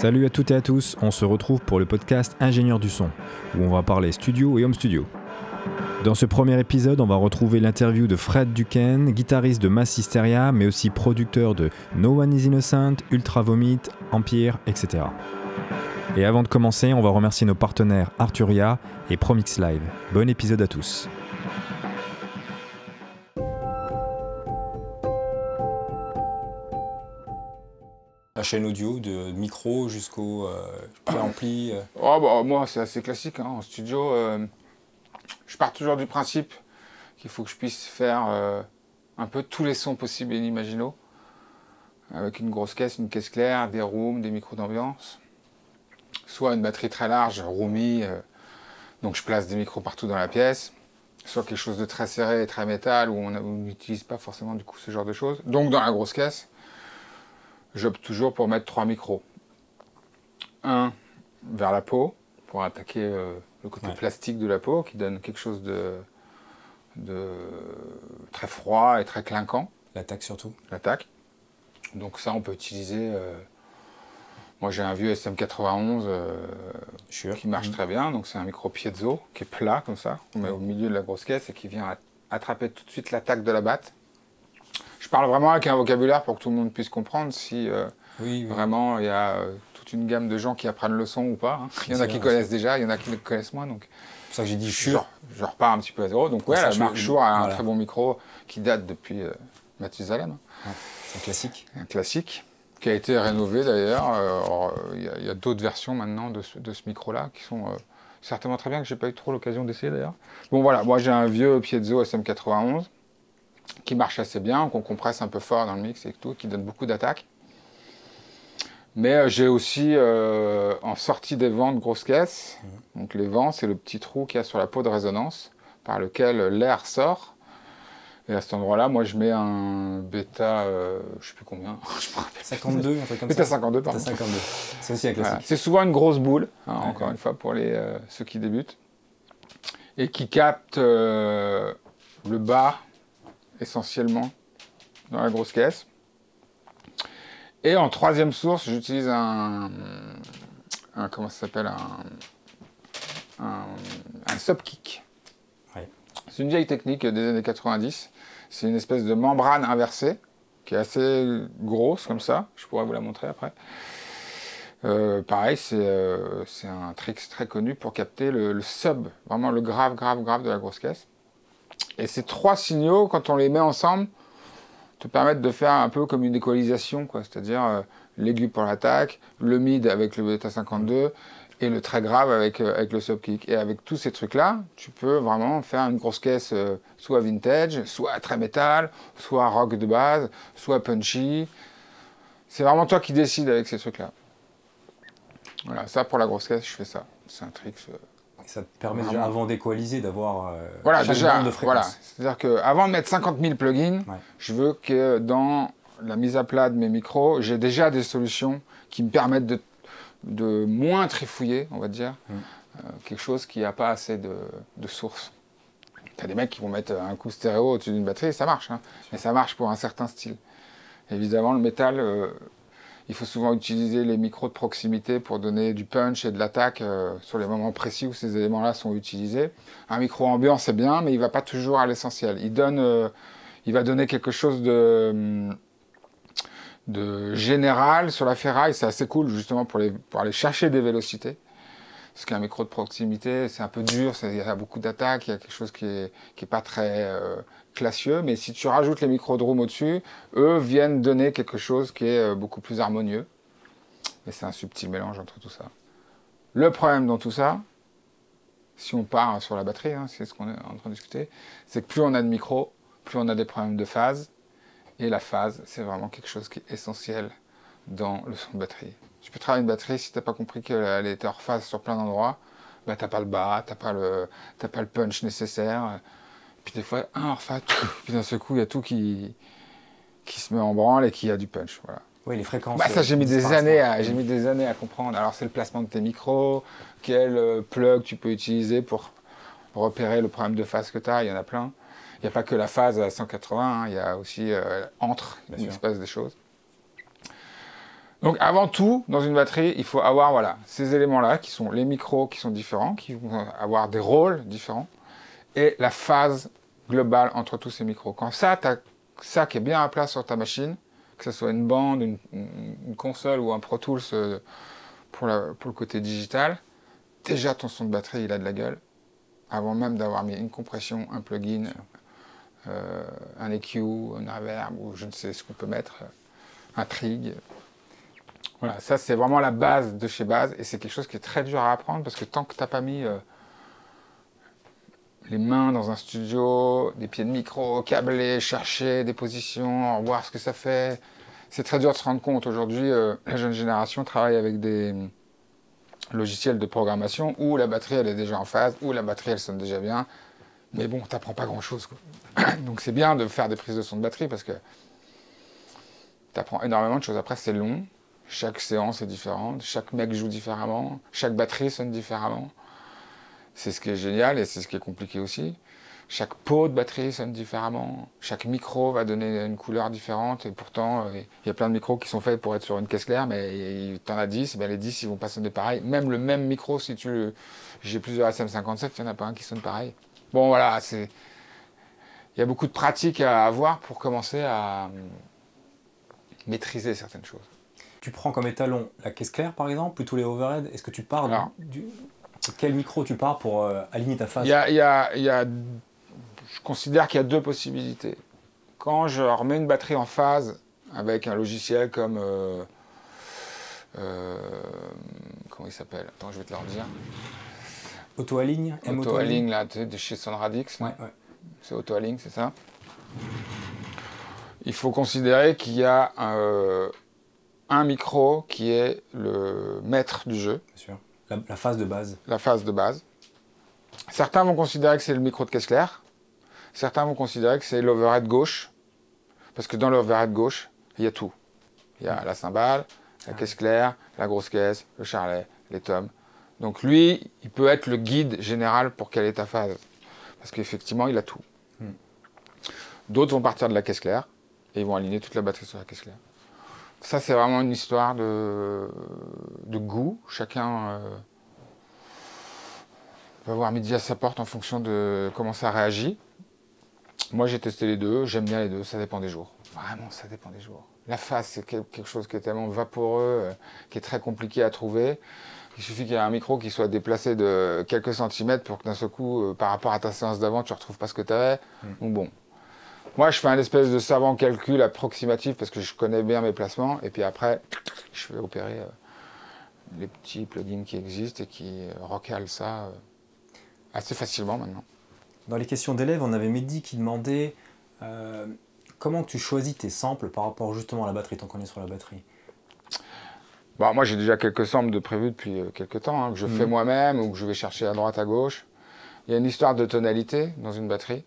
Salut à toutes et à tous, on se retrouve pour le podcast Ingénieur du son, où on va parler studio et home studio. Dans ce premier épisode, on va retrouver l'interview de Fred Duquesne, guitariste de Mass Hysteria, mais aussi producteur de No One Is Innocent, Ultra Vomit, Empire, etc. Et avant de commencer, on va remercier nos partenaires Arturia et Promix Live. Bon épisode à tous. La chaîne audio, de micro jusqu'au préampli. Moi, c'est assez classique. En studio, je pars toujours du principe qu'il faut que je puisse faire un peu tous les sons possibles et inimaginables. Avec une grosse caisse, une caisse claire, des rooms, des micros d'ambiance. Soit une batterie très large, roomie, donc je place des micros partout dans la pièce. Soit quelque chose de très serré et très métal, où on n'utilise pas forcément du coup ce genre de choses. Donc dans la grosse caisse, j'opte toujours pour mettre 3 micros. Un vers la peau, pour attaquer le côté plastique de la peau, qui donne quelque chose de très froid et très clinquant. L'attaque surtout. L'attaque. Donc ça, on peut utiliser... moi, j'ai un vieux SM91 qui marche très bien. Donc c'est un micro piezo, qui est plat, comme ça. On met au milieu de la grosse caisse et qui vient attraper tout de suite l'attaque de la batte. Je parle vraiment avec un vocabulaire pour que tout le monde puisse comprendre si vraiment il y a toute une gamme de gens qui apprennent le son ou pas. Hein. Il y en a qui connaissent déjà, il y en a qui le connaissent moins. Donc c'est pour ça que j'ai dit Shure. Je repars un petit peu à zéro. Donc la marque Shure a un très bon micro qui date depuis Mathusalem. C'est un classique. Un classique qui a été rénové d'ailleurs. Il y a d'autres versions maintenant de ce micro-là qui sont certainement très bien, que j'ai pas eu trop l'occasion d'essayer d'ailleurs. Bon voilà, moi j'ai un vieux Piezo SM91 qui marche assez bien, qu'on compresse un peu fort dans le mix et tout, qui donne beaucoup d'attaques. Mais j'ai aussi en sortie des vents de grosses caisses, donc les vents, c'est le petit trou qu'il y a sur la peau de résonance par lequel l'air sort. Et à cet endroit-là, moi je mets un bêta, je sais plus combien, je me rappelle. 52, un truc comme bêta ça. 52, pardon. Bêta 52, c'est aussi un classique. Voilà. C'est souvent une grosse boule, encore une fois pour ceux qui débutent, et qui capte le bas essentiellement dans la grosse caisse. Et en troisième source, j'utilise comment ça s'appelle, un subkick. Ouais. C'est une vieille technique des années 90. C'est une espèce de membrane inversée qui est assez grosse comme ça. Je pourrais vous la montrer après. Pareil, c'est un trick très connu pour capter le sub, vraiment le grave de la grosse caisse. Et ces 3 signaux, quand on les met ensemble, te permettent de faire un peu comme une équalisation, quoi. C'est-à-dire l'aigu pour l'attaque, le mid avec le bêta 52 et le très grave avec le subkick. Et avec tous ces trucs-là, tu peux vraiment faire une grosse caisse soit vintage, soit très métal, soit rock de base, soit punchy. C'est vraiment toi qui décides avec ces trucs-là. Voilà, ça pour la grosse caisse, je fais ça. C'est un trick. Ça te permet déjà, avant d'équaliser, d'avoir déjà, de fréquence. Voilà. C'est-à-dire qu'avant de mettre 50 000 plugins, je veux que dans la mise à plat de mes micros, j'ai déjà des solutions qui me permettent de moins trifouiller, on va dire, quelque chose qui n'a pas assez de sources. Tu as des mecs qui vont mettre un coup stéréo au-dessus d'une batterie, ça marche, mais ça marche pour un certain style. Évidemment, le métal... il faut souvent utiliser les micros de proximité pour donner du punch et de l'attaque sur les moments précis où ces éléments-là sont utilisés. Un micro ambiant, c'est bien, mais il ne va pas toujours à l'essentiel. Il va donner quelque chose de général sur la ferraille. C'est assez cool, justement, pour aller chercher des vélocités. Parce qu'un micro de proximité, c'est un peu dur, il y a beaucoup d'attaques, il y a quelque chose qui est pas très classieux. Mais si tu rajoutes les micros de room au-dessus, eux viennent donner quelque chose qui est beaucoup plus harmonieux. Et c'est un subtil mélange entre tout ça. Le problème dans tout ça, si on part sur la batterie, c'est ce qu'on est en train de discuter, c'est que plus on a de micros, plus on a des problèmes de phase. Et la phase, c'est vraiment quelque chose qui est essentiel dans le son de batterie. Tu peux travailler une batterie, si tu n'as pas compris qu'elle était hors phase sur plein d'endroits, bah, tu n'as pas le bas, tu n'as pas le punch nécessaire. Puis des fois, hors phase, puis d'un seul coup, il y a tout qui se met en branle et qui a du punch. Voilà. Oui, les fréquences. Bah, ça, j'ai mis des années à comprendre. Alors, c'est le placement de tes micros, quel plug tu peux utiliser pour repérer le problème de phase que tu as. Il y en a plein. Il n'y a pas que la phase à 180, il y a aussi il se passe des choses. Donc avant tout, dans une batterie, il faut avoir voilà, ces éléments-là, qui sont les micros qui sont différents, qui vont avoir des rôles différents, et la phase globale entre tous ces micros. Quand ça, tu as ça qui est bien à plat sur ta machine, que ce soit une bande, une console ou un Pro Tools pour le côté digital, déjà ton son de batterie, il a de la gueule, avant même d'avoir mis une compression, un plugin, un EQ, un reverb, ou je ne sais ce qu'on peut mettre, un trig. Voilà, ça c'est vraiment la base de chez base, et c'est quelque chose qui est très dur à apprendre, parce que tant que tu n'as pas mis les mains dans un studio, des pieds de micro, câblés, chercher des positions, voir ce que ça fait, c'est très dur de se rendre compte. Aujourd'hui, la jeune génération travaille avec des logiciels de programmation où la batterie elle est déjà en phase, où la batterie elle sonne déjà bien, mais bon, t'apprends pas grand chose, quoi. Donc c'est bien de faire des prises de son de batterie parce que t'apprends énormément de choses. Après, c'est long, chaque séance est différente, chaque mec joue différemment, chaque batterie sonne différemment. C'est ce qui est génial et c'est ce qui est compliqué aussi. Chaque pot de batterie sonne différemment, chaque micro va donner une couleur différente, et pourtant, il y a plein de micros qui sont faits pour être sur une caisse claire, mais tu en as 10, et bien les 10, ils vont pas sonner pareil. Même le même micro, si j'ai plusieurs SM57, il n'y en a pas un qui sonne pareil. Bon, voilà, il y a beaucoup de pratiques à avoir pour commencer à maîtriser certaines choses. Tu prends comme étalon la caisse claire, par exemple, plutôt les overhead. Est-ce que tu pars quel micro tu pars pour aligner ta phase? Je considère qu'il y a deux possibilités. Quand je remets une batterie en phase avec un logiciel comme... comment il s'appelle? Attends, je vais te le redire. Auto-Align, Auto-Align, là, de chez Sonradix. Ouais. C'est Auto-Align, c'est ça. Il faut considérer qu'il y a un micro qui est le maître du jeu. Bien sûr. La phase de base. La phase de base. Certains vont considérer que c'est le micro de caisse claire. Certains vont considérer que c'est l'overhead gauche. Parce que dans l'overhead gauche, il y a tout. Il y a la cymbale, la caisse claire, la grosse caisse, le charlet, les tomes. Donc lui, il peut être le guide général pour quelle est ta phase. Parce qu'effectivement, il a tout. D'autres vont partir de la caisse claire et ils vont aligner toute la batterie sur la caisse claire. Ça, c'est vraiment une histoire de goût. Chacun va voir midi à sa porte en fonction de comment ça réagit. Moi, j'ai testé les deux. J'aime bien les deux. Ça dépend des jours. Vraiment, ça dépend des jours. La phase, c'est quelque chose qui est tellement vaporeux, qui est très compliqué à trouver. Il suffit qu'il y ait un micro qui soit déplacé de quelques centimètres pour que d'un seul coup, par rapport à ta séance d'avant, tu ne retrouves pas ce que tu avais. Donc bon. Moi, je fais un espèce de savant calcul approximatif parce que je connais bien mes placements. Et puis après, je fais opérer les petits plugins qui existent et qui recalent ça assez facilement maintenant. Dans les questions d'élèves, on avait Mehdi qui demandait comment tu choisis tes samples par rapport justement à la batterie, tant qu'on est sur la batterie. Bon, moi, j'ai déjà quelques samples de prévus depuis quelques temps, que je fais moi-même ou que je vais chercher à droite, à gauche. Il y a une histoire de tonalité dans une batterie.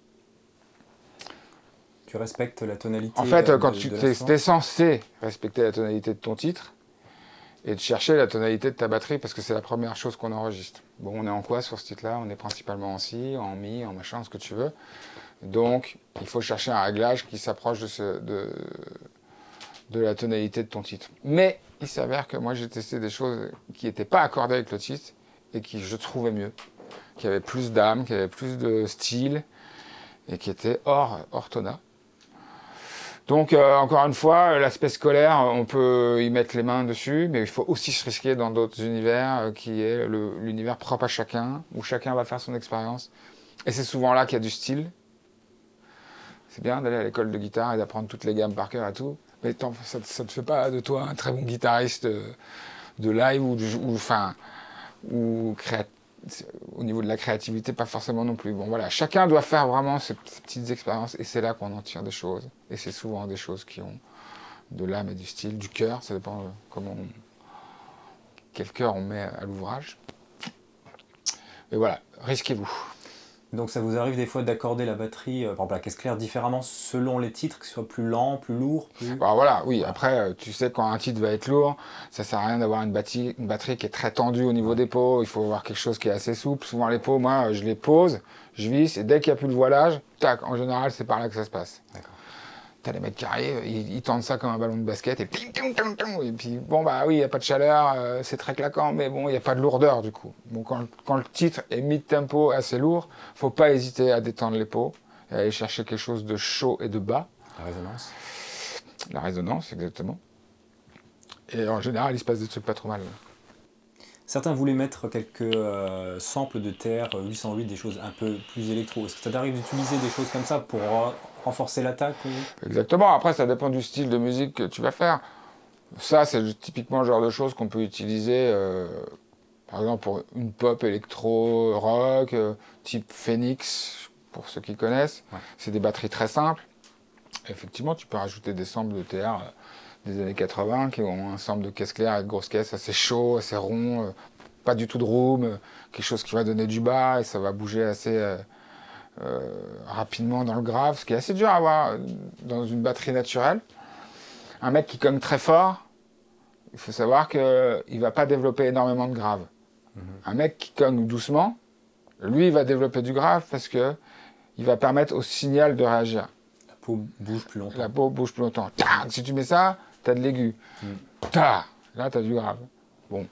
Tu respectes la tonalité. En fait, quand tu es censé respecter la tonalité de ton titre et de chercher la tonalité de ta batterie parce que c'est la première chose qu'on enregistre. Bon, on est en quoi sur ce titre-là? On est principalement en si, en mi, en machin, ce que tu veux. Donc, il faut chercher un réglage qui s'approche de la tonalité de ton titre. Mais il s'avère que moi, j'ai testé des choses qui n'étaient pas accordées avec le titre et qui je trouvais mieux, qui avaient plus d'âme, qui avaient plus de style et qui étaient hors tonat. Donc, encore une fois, l'aspect scolaire, on peut y mettre les mains dessus, mais il faut aussi se risquer dans d'autres univers, qui est l'univers propre à chacun, où chacun va faire son expérience. Et c'est souvent là qu'il y a du style. C'est bien d'aller à l'école de guitare et d'apprendre toutes les gammes par cœur et tout, mais ça ne te fait pas de toi un très bon guitariste de live ou au niveau de la créativité, pas forcément non plus. Bon voilà, chacun doit faire vraiment ses petites expériences et c'est là qu'on en tire des choses. Et c'est souvent des choses qui ont de l'âme et du style, du cœur, ça dépend quel cœur on met à l'ouvrage. Mais voilà, risquez-vous. Donc ça vous arrive des fois d'accorder la batterie, par exemple la caisse claire, différemment selon les titres, que ce soit plus lent, plus lourd Bah voilà, oui. Après, tu sais, quand un titre va être lourd, ça sert à rien d'avoir une batterie qui est très tendue au niveau des pots. Il faut avoir quelque chose qui est assez souple. Souvent, les pots, moi, je les pose, je visse, et dès qu'il n'y a plus de voilage, tac, en général, c'est par là que ça se passe. D'accord. t'as les mecs qui arrivent, ils tendent ça comme un ballon de basket, et puis bon, bah oui, il n'y a pas de chaleur, c'est très claquant, mais bon, il n'y a pas de lourdeur, du coup. Bon, quand le titre est mid-tempo assez lourd, faut pas hésiter à détendre les peaux, et aller chercher quelque chose de chaud et de bas. La résonance. La résonance, exactement. Et en général, il se passe des trucs pas trop mal. Certains voulaient mettre quelques samples de TR 808, des choses un peu plus électro. Est-ce que ça t'arrive d'utiliser des choses comme ça pour renforcer l'attaque ou... Exactement. Après, ça dépend du style de musique que tu vas faire. Ça, c'est typiquement le genre de choses qu'on peut utiliser, par exemple, pour une pop électro, rock, type Phoenix, pour ceux qui connaissent. Ouais. C'est des batteries très simples. Effectivement, tu peux rajouter des samples de TR des années 80 qui ont un sample de caisse claire avec grosse caisse assez chaud, assez rond, pas du tout de room, quelque chose qui va donner du bas et ça va bouger assez rapidement dans le grave, ce qui est assez dur à avoir dans une batterie naturelle. Un mec qui cogne très fort, il faut savoir qu'il ne va pas développer énormément de grave. Un mec qui cogne doucement, lui, il va développer du grave parce qu'il va permettre au signal de réagir. La peau bouge plus longtemps. La peau bouge plus longtemps. Tac, si tu mets ça, t'as de l'aigu. Tac, là, t'as du grave. Bon,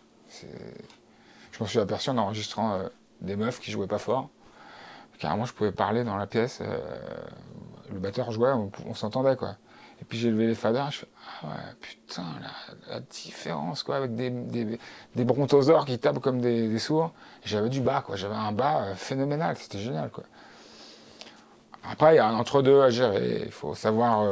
je m'en suis aperçu en enregistrant des meufs qui jouaient pas fort. Carrément, je pouvais parler dans la pièce. Le batteur jouait, on s'entendait, quoi. Et puis j'ai levé les faders, je fais ah ouais, putain, la différence, quoi, avec des brontosaures qui tapent comme des sourds. J'avais du bas, quoi. J'avais un bas phénoménal, c'était génial, quoi. Après, il y a un entre-deux à gérer. Il faut savoir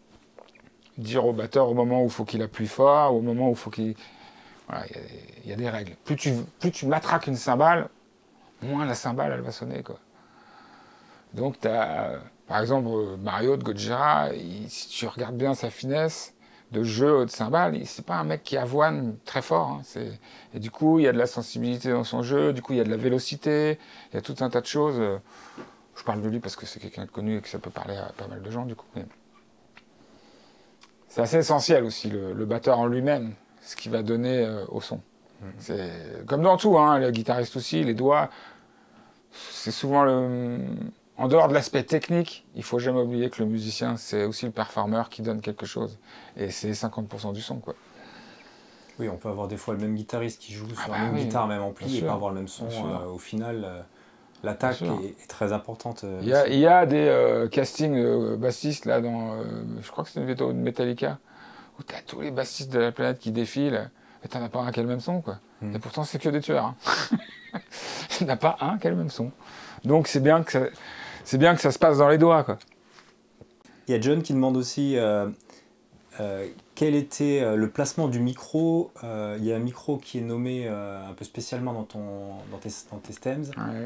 dire au batteur au moment où il faut qu'il appuie fort, au moment où il faut qu'il... Voilà, il y a des règles. Plus tu matraques une cymbale, moins la cymbale, elle va sonner, quoi. Donc, tu as, par exemple, Mario de Gojira, si tu regardes bien sa finesse de jeu de cymbale, c'est pas un mec qui avoine très fort. Hein, et du coup, il y a de la sensibilité dans son jeu, du coup, il y a de la vélocité, il y a tout un tas de choses. Je parle de lui parce que c'est quelqu'un de connu et que ça peut parler à pas mal de gens, du coup. Mais c'est assez essentiel aussi, le batteur en lui-même, ce qu'il va donner au son. C'est comme dans tout, hein, le guitariste aussi, les doigts, c'est souvent en dehors de l'aspect technique, il faut jamais oublier que le musicien, c'est aussi le performeur qui donne quelque chose. Et c'est 50% du son, quoi. Oui, on peut avoir des fois le même guitariste qui joue sur la même guitare, même ampli, et pas avoir le même son. Au final, l'attaque est très importante. Il y a des castings bassistes, là, je crois que c'est une vidéo de Metallica, où tu as tous les bassistes de la planète qui défilent, et tu n'en as pas un qui a le même son, quoi. Et pourtant, c'est que des tueurs. Hein. Il n'y en a pas un qui a le même son. Donc, c'est bien que ça se passe dans les doigts, quoi. Il y a John qui demande aussi quel était le placement du micro. Il y a un micro qui est nommé un peu spécialement dans tes stems. Ouais.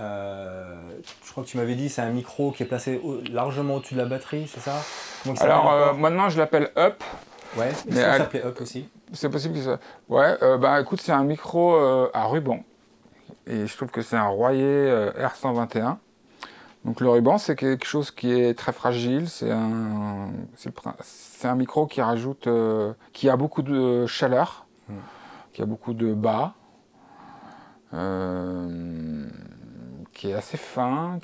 Je crois que tu m'avais dit c'est un micro qui est placé largement au-dessus de la batterie, c'est ça? Alors, maintenant, je l'appelle Up. Ouais, mais ça s'appelait Up aussi. C'est possible que ça... Ouais, écoute, c'est un micro à ruban. Et je trouve que c'est un Royer R121. Donc le ruban, c'est quelque chose qui est très fragile. C'est un micro qui rajoute, qui a beaucoup de chaleur, qui a beaucoup de bas, qui est assez fin,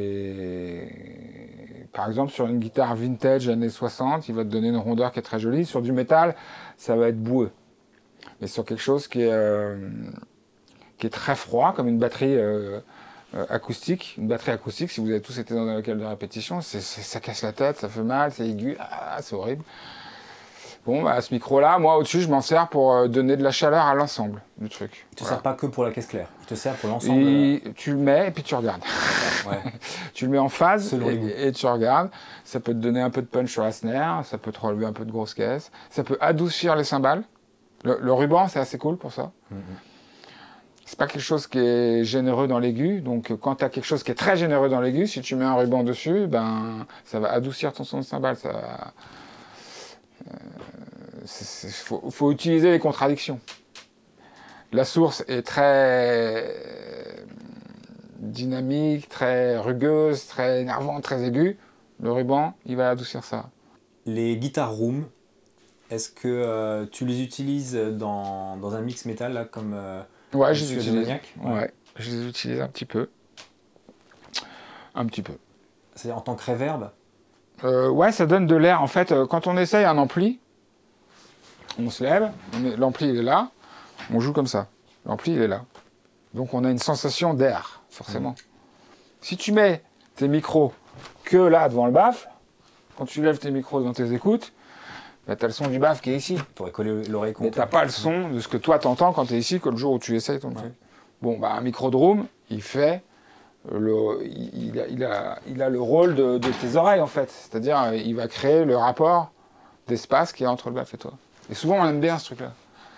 par exemple, sur une guitare vintage années 60, il va te donner une rondeur qui est très jolie. Sur du métal, ça va être boueux. Mais sur quelque chose qui est très froid, comme une batterie acoustique. Une batterie acoustique, si vous avez tous été dans un local de répétition, ça casse la tête, ça fait mal, c'est aigu, c'est horrible. Bon, ce micro-là, moi, au-dessus, je m'en sers pour donner de la chaleur à l'ensemble du truc. Il ne te sert pas que pour la caisse claire, il te sert pour l'ensemble. Tu le mets et puis tu regardes. Ouais. Tu le mets en phase et tu regardes. Ça peut te donner un peu de punch sur la snare, ça peut te relever un peu de grosse caisse, ça peut adoucir les cymbales. Le ruban, c'est assez cool pour ça. C'est pas quelque chose qui est généreux dans l'aigu, donc quand tu as quelque chose qui est très généreux dans l'aigu, si tu mets un ruban dessus, ça va adoucir ton son de cymbale. Faut utiliser les contradictions. La source est très dynamique, très rugueuse, très énervante, très aiguë. Le ruban, il va adoucir ça. Les guitares room, est-ce que tu les utilises dans un mix métal là, comme ouais, je les utilise. Ouais, je les utilise un petit peu. Un petit peu. C'est en tant que reverb? Ouais, ça donne de l'air. En fait, quand on essaye un ampli, on se lève, l'ampli il est là, on joue comme ça. L'ampli il est là. Donc on a une sensation d'air, forcément. Si tu mets tes micros que là, devant le baffle, quand tu lèves tes micros devant tes écoutes, bah, tu as le son du baffle qui est ici. Il faudrait coller l'oreille contre. Mais tu n'as pas le son de ce que toi t'entends quand tu es ici, que le jour où tu essayes ton truc. Bon, bah, un micro de room, il fait il a le rôle de tes oreilles, en fait. C'est-à-dire, il va créer le rapport d'espace qui est entre le baffle et toi. Et souvent, on aime bien ce truc-là.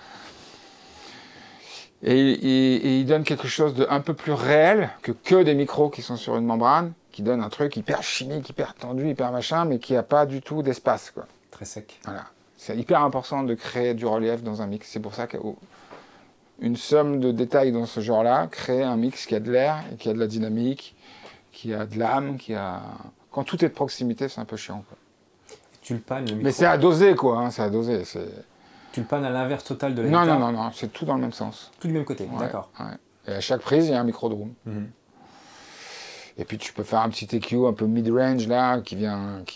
Et il donne quelque chose d'un peu plus réel que des micros qui sont sur une membrane, qui donnent un truc hyper chimique, hyper tendu, hyper machin, mais qui n'a pas du tout d'espace, quoi. Très sec. Voilà. C'est hyper important de créer du relief dans un mix. C'est pour ça qu'une somme de détails dans ce genre-là crée un mix qui a de l'air, et qui a de la dynamique, qui a de l'âme, qui a... Quand tout est de proximité, c'est un peu chiant, quoi. Tu le pannes, le micro. Mais c'est à doser, quoi. Hein, c'est à doser. Tu le pannes à l'inverse total de la non, guitare. non, c'est tout dans le même sens. Tout du même côté, Ouais, d'accord. Ouais. Et à chaque prise, il y a un micro de room. Et puis tu peux faire un petit EQ un peu mid-range là, qui est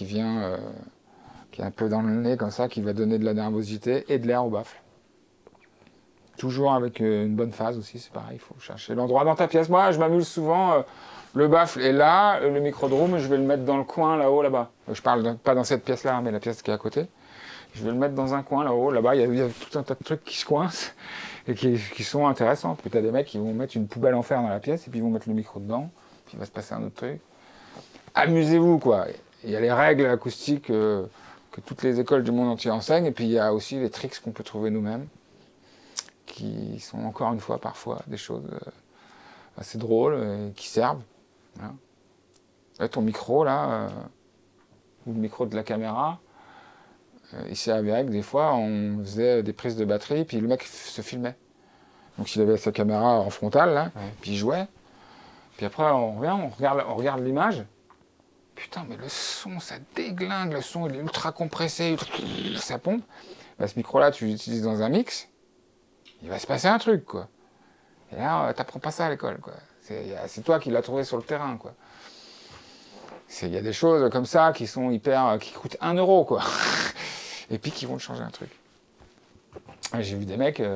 un peu dans le nez comme ça, qui va donner de la nervosité et de l'air au baffle. Toujours avec une bonne phase aussi, c'est pareil, il faut chercher l'endroit dans ta pièce. Moi, je m'amuse souvent, le baffle est là, le micro de room, je vais le mettre dans le coin là-haut, là-bas. Je parle pas dans cette pièce-là, mais la pièce qui est à côté. Je vais le mettre dans un coin là-haut, là-bas, il y a tout un tas de trucs qui se coincent et qui sont intéressants. Puis tu as des mecs qui vont mettre une poubelle en fer dans la pièce et puis ils vont mettre le micro dedans, puis il va se passer un autre truc. Amusez-vous, quoi. Il y a les règles acoustiques que toutes les écoles du monde entier enseignent, et puis il y a aussi les tricks qu'on peut trouver nous-mêmes, qui sont encore une fois parfois des choses assez drôles et qui servent. Voilà. Là, ton micro, là, ou le micro de la caméra, ici à Aberac, des fois, on faisait des prises de batterie, puis le mec se filmait. Donc il avait sa caméra en frontale, là, puis il jouait. Puis après, on regarde l'image. Putain, mais le son, ça déglingue, le son, il est ultra compressé, ça pompe. Bah, ce micro-là, tu l'utilises dans un mix, il va se passer un truc, quoi. Et là, t'apprends pas ça à l'école, quoi. C'est toi qui l'as trouvé sur le terrain, quoi. Il y a des choses comme ça qui sont qui coûtent 1 euro, quoi. Et puis qui vont te changer un truc. J'ai vu des mecs,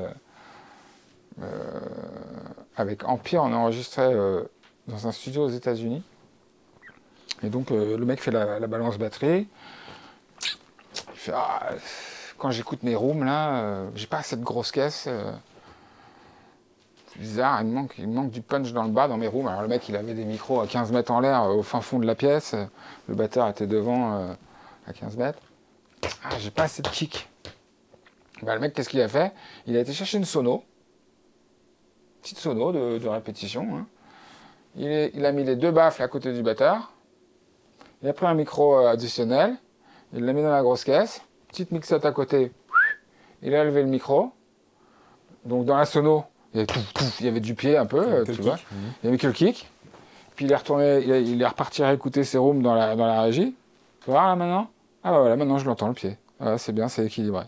avec Empire, on a enregistré dans un studio aux États-Unis. Et donc, le mec fait la balance batterie. Il fait, quand j'écoute mes rooms, là, j'ai pas assez de grosse caisse. C'est bizarre, il me manque du punch dans le bas, dans mes rooms. Alors le mec, il avait des micros à 15 mètres en l'air, au fin fond de la pièce. Le batteur était devant, à 15 mètres. J'ai pas assez de kick. Bah, le mec, qu'est-ce qu'il a fait? Il a été chercher une sono. Petite sono de répétition. Hein. Il a mis les 2 baffles à côté du batteur. Il a pris un micro additionnel. Il l'a mis dans la grosse caisse. Petite mixette à côté. Il a levé le micro. Donc dans la sono, il y avait du pied un peu, tu vois. Il n'y avait que le kick. Puis il est retourné, il est reparti à écouter ses rooms dans la régie. Tu vois là maintenant? Ah bah voilà, maintenant je l'entends le pied. Ah, c'est bien, c'est équilibré.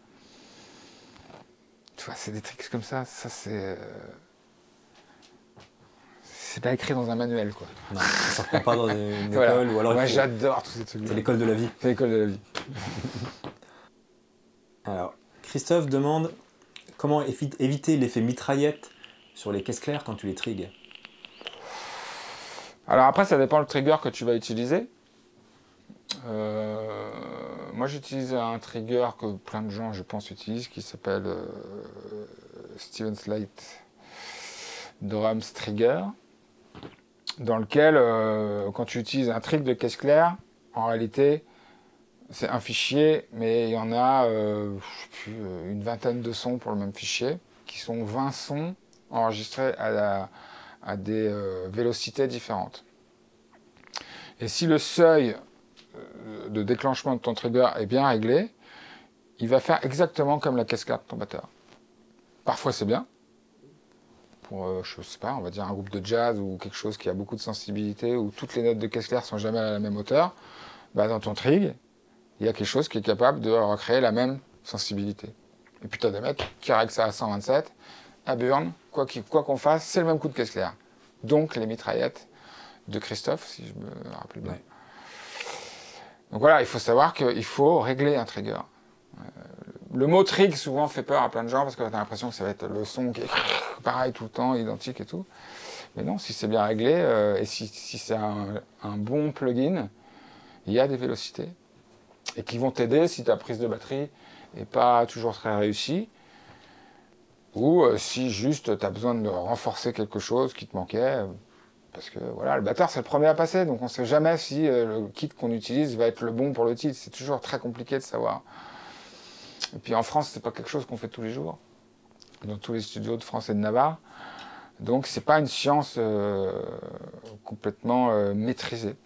Tu vois, c'est des tricks comme ça. Ça c'est pas écrit dans un manuel, quoi. Non, ça ne pas dans une voilà. école ou alors. Moi, j'adore tous ces trucs. C'est l'école de la vie. C'est l'école de la vie. Alors, Christophe demande comment éviter l'effet mitraillette sur les caisses claires quand tu les trigues. Alors après, ça dépend le trigger que tu vas utiliser. Moi, j'utilise un trigger que plein de gens, je pense, utilisent, qui s'appelle Steven Slate Drums Trigger, dans lequel, quand tu utilises un trig de caisse claire, en réalité, c'est un fichier, mais il y en a je sais plus, une vingtaine de sons pour le même fichier, qui sont 20 sons enregistrés à des vélocités différentes. Et si le seuil de déclenchement de ton trigger est bien réglé, il va faire exactement comme la caisse claire de ton batteur. Parfois c'est bien, pour, je sais pas, on va dire un groupe de jazz ou quelque chose qui a beaucoup de sensibilité, où toutes les notes de caisse claire sont jamais à la même hauteur, bah dans ton trig, il y a quelque chose qui est capable de recréer la même sensibilité. Et puis tu as des mecs qui règlent ça à 127, à burn, quoi qu'on fasse, c'est le même coup de caisse claire. Donc les mitraillettes de Christophe, si je me rappelle bien. Ouais. Donc voilà, il faut savoir qu'il faut régler un trigger. Le mot trig souvent fait peur à plein de gens parce que tu as l'impression que ça va être le son qui est pareil tout le temps, identique et tout. Mais non, si c'est bien réglé et si c'est un bon plugin, il y a des vélocités et qui vont t'aider si ta prise de batterie n'est pas toujours très réussie ou si juste tu as besoin de renforcer quelque chose qui te manquait. Parce que voilà, le batteur c'est le premier à passer, donc on ne sait jamais si le kit qu'on utilise va être le bon pour le titre. C'est toujours très compliqué de savoir. Et puis en France, c'est pas quelque chose qu'on fait tous les jours, dans tous les studios de France et de Navarre. Donc c'est pas une science complètement maîtrisée.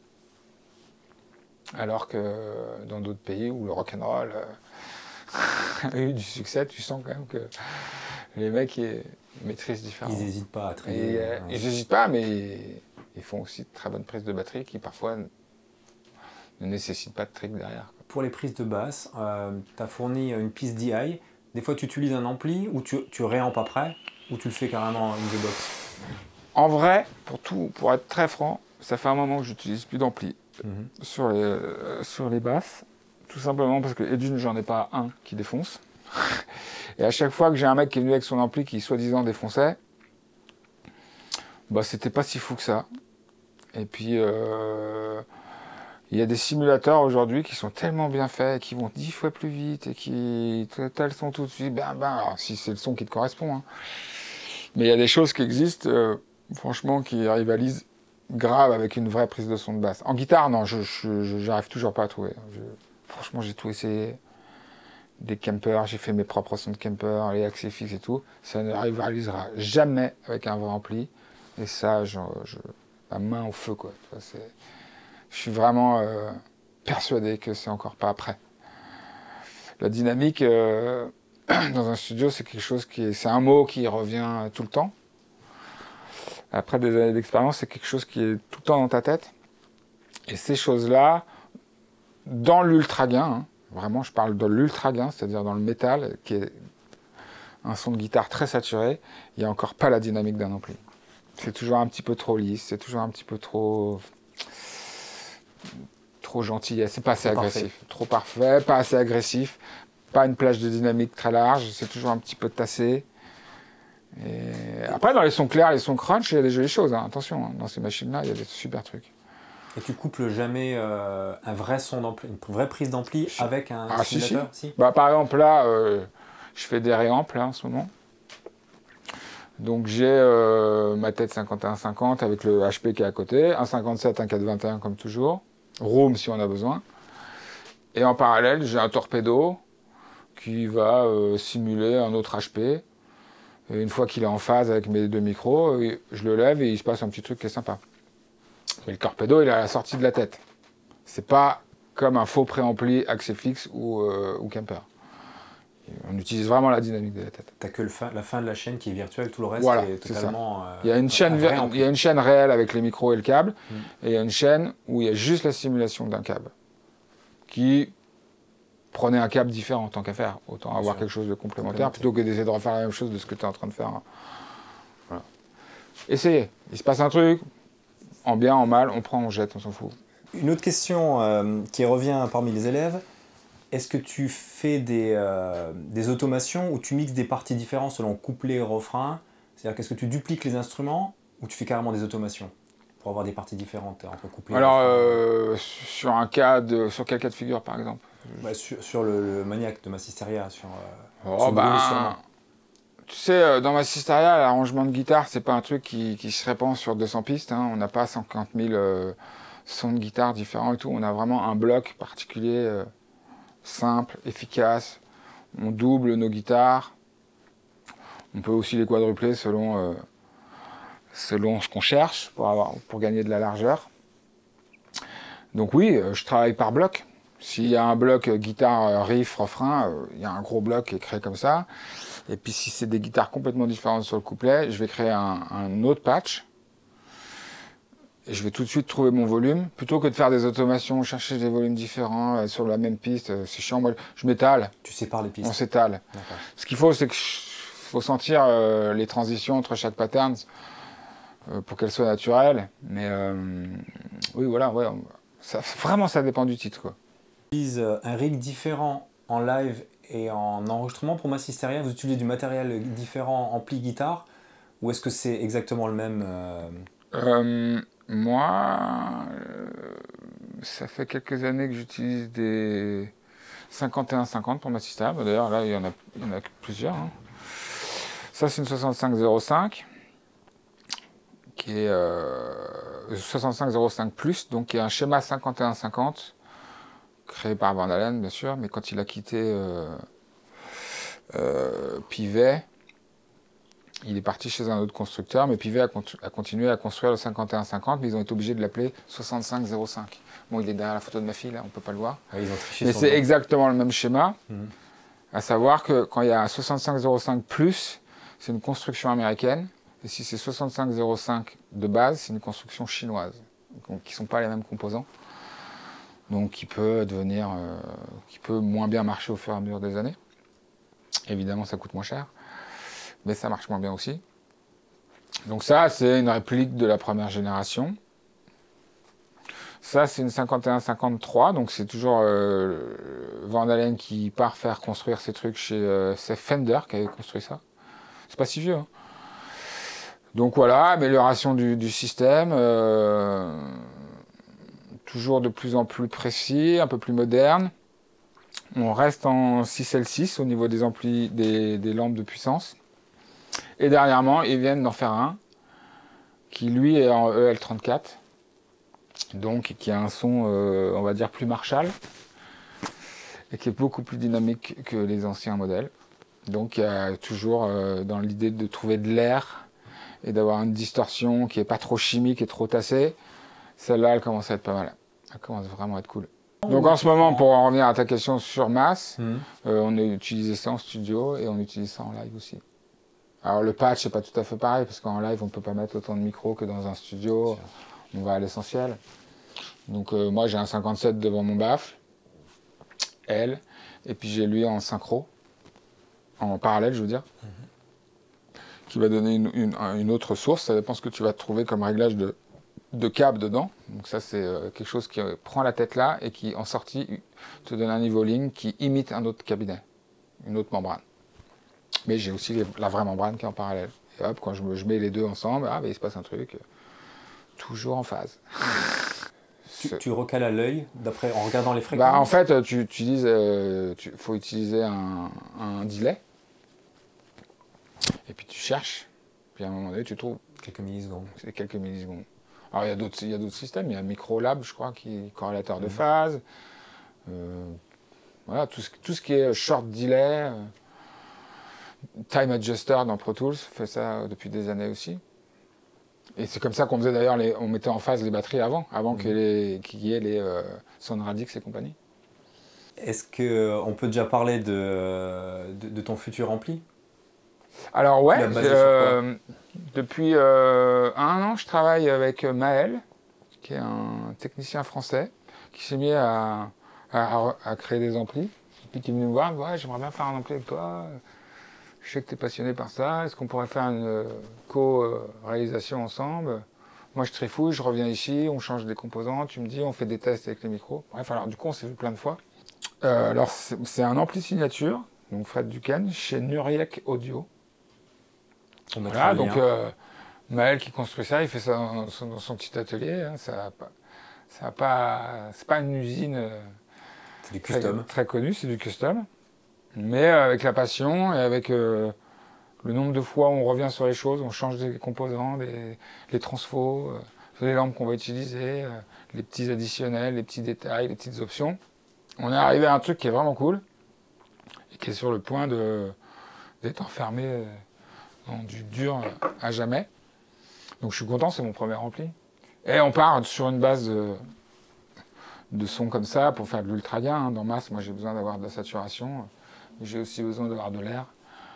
Alors que dans d'autres pays où le rock'n'roll a eu du succès, tu sens quand même que les mecs ils maîtrisent différemment. Ils n'hésitent pas à traiter. Ils n'hésitent pas, mais ils font aussi de très bonnes prises de batterie qui parfois ne nécessitent pas de trick derrière. Pour les prises de basse, tu as fourni une piste DI. Des fois, tu utilises un ampli ou tu réampes après ou tu le fais carrément in the box. En vrai, pour être très franc, ça fait un moment que j'utilise plus d'ampli sur les basses. Tout simplement parce que, et d'une, j'en ai pas un qui défonce. Et à chaque fois que j'ai un mec qui est venu avec son ampli qui soi-disant défonçait, bah c'était pas si fou que ça. Et puis il y a des simulateurs aujourd'hui qui sont tellement bien faits, et qui vont 10 fois plus vite et qui tel son tout de suite, alors, si c'est le son qui te correspond. Hein. Mais il y a des choses qui existent, franchement, qui rivalisent grave avec une vraie prise de son de basse. En guitare, non, j'arrive toujours pas à trouver. Franchement, j'ai tout essayé. Des campers, j'ai fait mes propres sons de camper, les Axefix et tout. Ça ne rivalisera jamais avec un vrai ampli. Et ça, la main au feu, quoi. Je suis vraiment persuadé que c'est encore pas prêt. La dynamique dans un studio, c'est quelque chose c'est un mot qui revient tout le temps. Après des années d'expérience, c'est quelque chose qui est tout le temps dans ta tête. Et ces choses-là, dans l'ultra gain, vraiment, je parle de l'ultra gain, c'est-à-dire dans le métal, qui est un son de guitare très saturé, il n'y a encore pas la dynamique d'un ampli. C'est toujours un petit peu trop lisse, c'est toujours un petit peu trop gentil, c'est pas assez agressif. Trop parfait, pas assez agressif, pas une plage de dynamique très large, c'est toujours un petit peu tassé. Et après, dans les sons clairs, les sons crunch, il y a des jolies choses, hein. Attention, hein, dans ces machines-là, il y a des super trucs. Et tu couples jamais un vrai son d'ampli, une vraie prise d'ampli avec un simulateur si. Bah, par exemple, là, je fais des réampes là, en ce moment. Donc j'ai ma tête 51-50 avec le HP qui est à côté, un 57, un 421 comme toujours, room si on a besoin. Et en parallèle, j'ai un torpedo qui va simuler un autre HP. Et une fois qu'il est en phase avec mes deux micros, je le lève et il se passe un petit truc qui est sympa. Mais le torpedo, il est à la sortie de la tête. C'est pas comme un faux préampli Axefix ou Kemper. On utilise vraiment la dynamique de la tête. T'as que la fin de la chaîne qui est virtuelle, tout le reste voilà, est totalement... il y a une chaîne réelle avec les micros et le câble, et il y a une chaîne où il y a juste la simulation d'un câble. Qui prenait un câble différent, tant qu'à faire. Autant avoir quelque chose de complémentaire, plutôt que d'essayer de refaire la même chose de ce que tu es en train de faire. Voilà. Essayez. Il se passe un truc, en bien, en mal, on prend, on jette, on s'en fout. Une autre question qui revient parmi les élèves, est-ce que tu fais des automations où tu mixes des parties différentes selon couplet et refrain? C'est-à-dire qu'est-ce que tu dupliques les instruments ou tu fais carrément des automations pour avoir des parties différentes entre couplet et refrain? Sur quel cas de figure par exemple? Bah, sur le Maniac de Massisteria, tu sais, dans Massisteria, l'arrangement de guitare, c'est pas un truc qui se répand sur 200 pistes. Hein. On n'a pas 50 000 sons de guitare différents et tout. On a vraiment un bloc particulier, simple, efficace. On double nos guitares. On peut aussi les quadrupler selon ce qu'on cherche pour gagner de la largeur. Donc oui, je travaille par bloc. S'il y a un bloc guitare, riff, refrain, il y a un gros bloc qui est créé comme ça. Et puis si c'est des guitares complètement différentes sur le couplet, je vais créer un autre patch. Et je vais tout de suite trouver mon volume. Plutôt que de faire des automations, chercher des volumes différents sur la même piste, c'est chiant. Moi, je m'étale. Tu sépares les pistes. On s'étale. D'accord. Ce qu'il faut, c'est qu'il faut sentir les transitions entre chaque pattern pour qu'elles soient naturelles. Mais oui, voilà, ouais, vraiment, ça dépend du titre, quoi. Utilise un rig différent en live et en enregistrement pour Massisteria. Vous utilisez du matériel différent, ampli, guitare, ou est-ce que c'est exactement le même Moi, ça fait quelques années que j'utilise des 51-50 pour Massisteria. D'ailleurs, là, il y en a plusieurs. Hein. Ça, c'est une 6505 qui est 6505 plus, donc qui est un schéma 51-50 créé par Van Halen, bien sûr, mais quand il a quitté Pivet, il est parti chez un autre constructeur, mais Pivet a continué à construire le 51-50, mais ils ont été obligés de l'appeler 6505. Bon, il est derrière la photo de ma fille, là, on ne peut pas le voir. Ah, ils ont triché mais sur c'est le... exactement le même schéma, à savoir que quand il y a un 6505 plus, c'est une construction américaine, et si c'est 6505 de base, c'est une construction chinoise, donc qui ne sont pas les mêmes composants. Donc qui peut moins bien marcher au fur et à mesure des années. Évidemment, ça coûte moins cher, mais ça marche moins bien aussi. Donc ça, c'est une réplique de la première génération. Ça, c'est une 51-53, donc c'est toujours Van Halen qui part faire construire ces trucs chez c'est Fender qui avait construit ça. C'est pas si vieux. Hein. Donc voilà, amélioration du système. Toujours de plus en plus précis, un peu plus moderne. On reste en 6L6 au niveau des amplis, des lampes de puissance. Et dernièrement, ils viennent d'en faire un qui lui est en EL34, donc qui a un son, on va dire, plus Marshall et qui est beaucoup plus dynamique que les anciens modèles. Donc il y a toujours dans l'idée de trouver de l'air et d'avoir une distorsion qui n'est pas trop chimique et trop tassée. Celle-là, elle commence à être pas mal. Elle commence vraiment à être cool. Donc en ce moment, pour en revenir à ta question sur Mass, on a utilisé ça en studio et on utilise ça en live aussi. Alors le patch, c'est pas tout à fait pareil, parce qu'en live, on ne peut pas mettre autant de micros que dans un studio. On va à l'essentiel. Donc moi, j'ai un 57 devant mon baffle, elle, et puis j'ai lui en synchro, en parallèle, je veux dire, qui va donner une autre source. Ça dépend ce que tu vas trouver comme réglage de câble dedans. Donc ça, c'est quelque chose qui prend la tête là et qui, en sortie, te donne un niveau ligne qui imite un autre cabinet, une autre membrane. Mais j'ai aussi la vraie membrane qui est en parallèle. Et hop, quand je mets les deux ensemble, ben, il se passe un truc toujours en phase. Tu recales à l'œil en regardant les fréquences. En fait, faut utiliser un delay. Et puis tu cherches. Puis à un moment donné, tu trouves. Quelques millisecondes. C'est quelques millisecondes. Alors il y a d'autres systèmes. Il y a Microlab, je crois, qui est corrélateur de phase. Voilà, tout ce qui est short delay. Time Adjuster dans Pro Tools fait ça depuis des années aussi. Et c'est comme ça qu'on faisait d'ailleurs, on mettait en phase les batteries avant qu'il y ait les Sonradix et compagnie. Est-ce qu'on peut déjà parler de ton futur ampli ? Alors ouais, depuis 1 an, je travaille avec Maël, qui est un technicien français, qui s'est mis à créer des amplis. Et puis qui est venu me voir, ouais, j'aimerais bien faire un ampli avec toi. Je sais que tu es passionné par ça. Est-ce qu'on pourrait faire une co-réalisation ensemble ? Moi, je trifouille, je reviens ici, on change des composants, tu me dis, on fait des tests avec les micros. Bref, alors du coup, on s'est vu plein de fois. Alors, c'est un ampli signature, donc Fred Duquesne, chez Nuriek Audio. Voilà, donc Maël qui construit ça, il fait ça dans son petit atelier. Hein, c'est pas une usine c'est du custom. Très connue, c'est du custom. Mais avec la passion et avec le nombre de fois où on revient sur les choses, on change des composants, les transfos, les lampes qu'on va utiliser, les petits additionnels, les petits détails, les petites options. On est arrivé à un truc qui est vraiment cool et qui est sur le point d'être enfermé dans du dur à jamais. Donc je suis content, c'est mon premier ampli. Et on part sur une base de son comme ça pour faire de l'ultra gain. Hein. Dans Mass, moi j'ai besoin d'avoir de la saturation. J'ai aussi besoin d'avoir de l'air.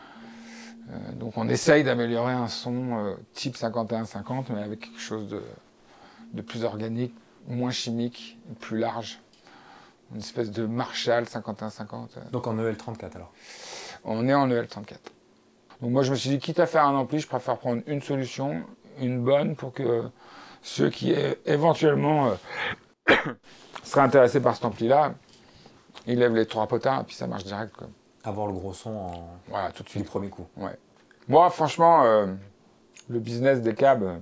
Donc on essaye d'améliorer un son type 51-50, mais avec quelque chose de plus organique, moins chimique, plus large. Une espèce de Marshall 51-50. Donc en EL34 alors ? On est en EL34. Donc moi je me suis dit, quitte à faire un ampli, je préfère prendre une solution, une bonne, pour que ceux qui éventuellement seraient intéressés par cet ampli-là Il lève les 3 potards et puis ça marche direct, quoi. Avoir le gros son Voilà, tout de suite. du premier coup. Ouais. Moi, franchement, le business des câbles,